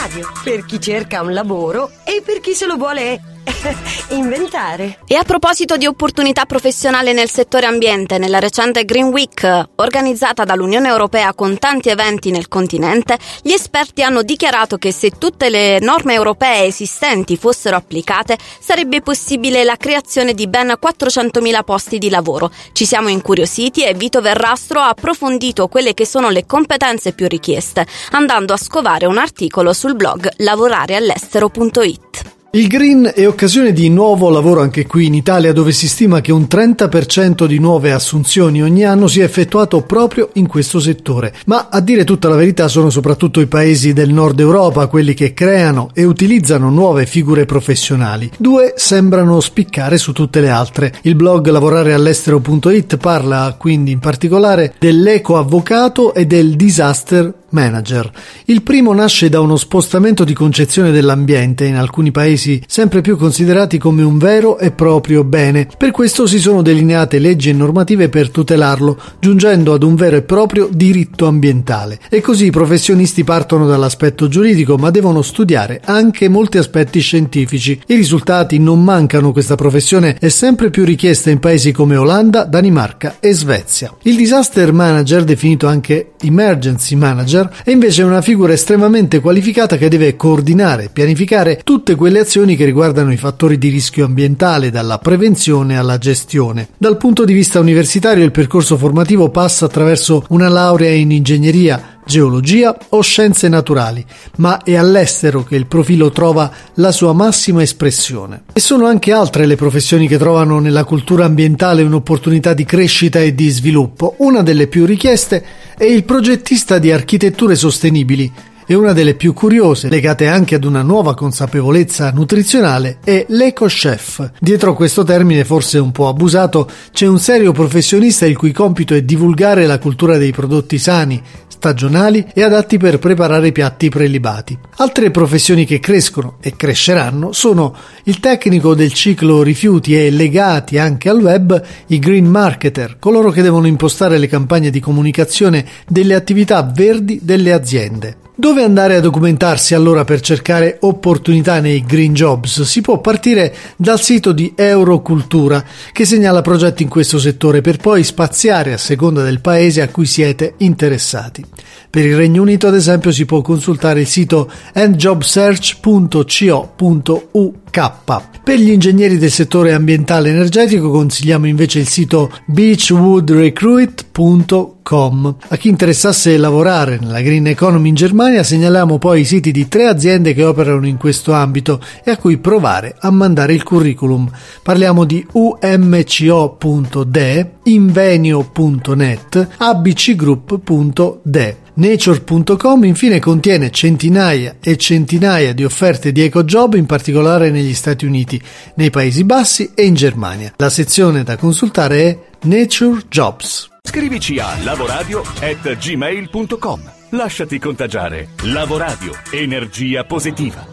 Radio, per chi cerca un lavoro e per chi se lo vuole inventare. E a proposito di opportunità professionali nel settore ambiente, nella recente Green Week, organizzata dall'Unione Europea con tanti eventi nel continente, gli esperti hanno dichiarato che se tutte le norme europee esistenti fossero applicate, sarebbe possibile la creazione di ben 400.000 posti di lavoro. Ci siamo incuriositi e Vito Verrastro ha approfondito quelle che sono le competenze più richieste, andando a scovare un articolo sul blog lavorareall'estero.it. Il green è occasione di nuovo lavoro anche qui in Italia, dove si stima che un 30% di nuove assunzioni ogni anno sia effettuato proprio in questo settore. Ma a dire tutta la verità sono soprattutto i paesi del nord Europa quelli che creano e utilizzano nuove figure professionali. Due sembrano spiccare su tutte le altre. Il blog lavorareall'estero.it parla quindi in particolare dell'ecoavvocato e del disaster manager. Il primo nasce da uno spostamento di concezione dell'ambiente, in alcuni paesi sempre più considerati come un vero e proprio bene. Per questo si sono delineate leggi e normative per tutelarlo, giungendo ad un vero e proprio diritto ambientale. E così i professionisti partono dall'aspetto giuridico, ma devono studiare anche molti aspetti scientifici. I risultati non mancano, questa professione è sempre più richiesta in paesi come Olanda, Danimarca e Svezia. Il disaster manager, definito anche emergency manager, è invece una figura estremamente qualificata che deve coordinare e pianificare tutte quelle azioni che riguardano i fattori di rischio ambientale, dalla prevenzione alla gestione. Dal punto di vista universitario, il percorso formativo passa attraverso una laurea in ingegneria, geologia o scienze naturali, ma è all'estero che il profilo trova la sua massima espressione. E sono anche altre le professioni che trovano nella cultura ambientale un'opportunità di crescita e di sviluppo. Una delle più richieste è il progettista di architetture sostenibili, e una delle più curiose, legate anche ad una nuova consapevolezza nutrizionale, è l'eco-chef. Dietro questo termine, forse un po' abusato, c'è un serio professionista il cui compito è divulgare la cultura dei prodotti sani, stagionali e adatti per preparare piatti prelibati. Altre professioni che crescono e cresceranno sono il tecnico del ciclo rifiuti e, legati anche al web, i green marketer, coloro che devono impostare le campagne di comunicazione delle attività verdi delle aziende. Dove andare a documentarsi allora per cercare opportunità nei green jobs? Si può partire dal sito di Eurocultura, che segnala progetti in questo settore, per poi spaziare a seconda del paese a cui siete interessati. Per il Regno Unito, ad esempio, si può consultare il sito endjobsearch.co.uk. Per gli ingegneri del settore ambientale energetico consigliamo invece il sito beechwoodrecruit.com. A chi interessasse lavorare nella green economy in Germania segnaliamo poi i siti di 3 aziende che operano in questo ambito e a cui provare a mandare il curriculum. Parliamo di umco.de, invenio.net, abcgroup.de. Nature.com infine contiene centinaia e centinaia di offerte di eco-job, in particolare negli Stati Uniti, nei Paesi Bassi e in Germania. La sezione da consultare è Nature Jobs. Scrivici a lavoradio@gmail.com. Lasciati contagiare. Lavoradio, energia positiva.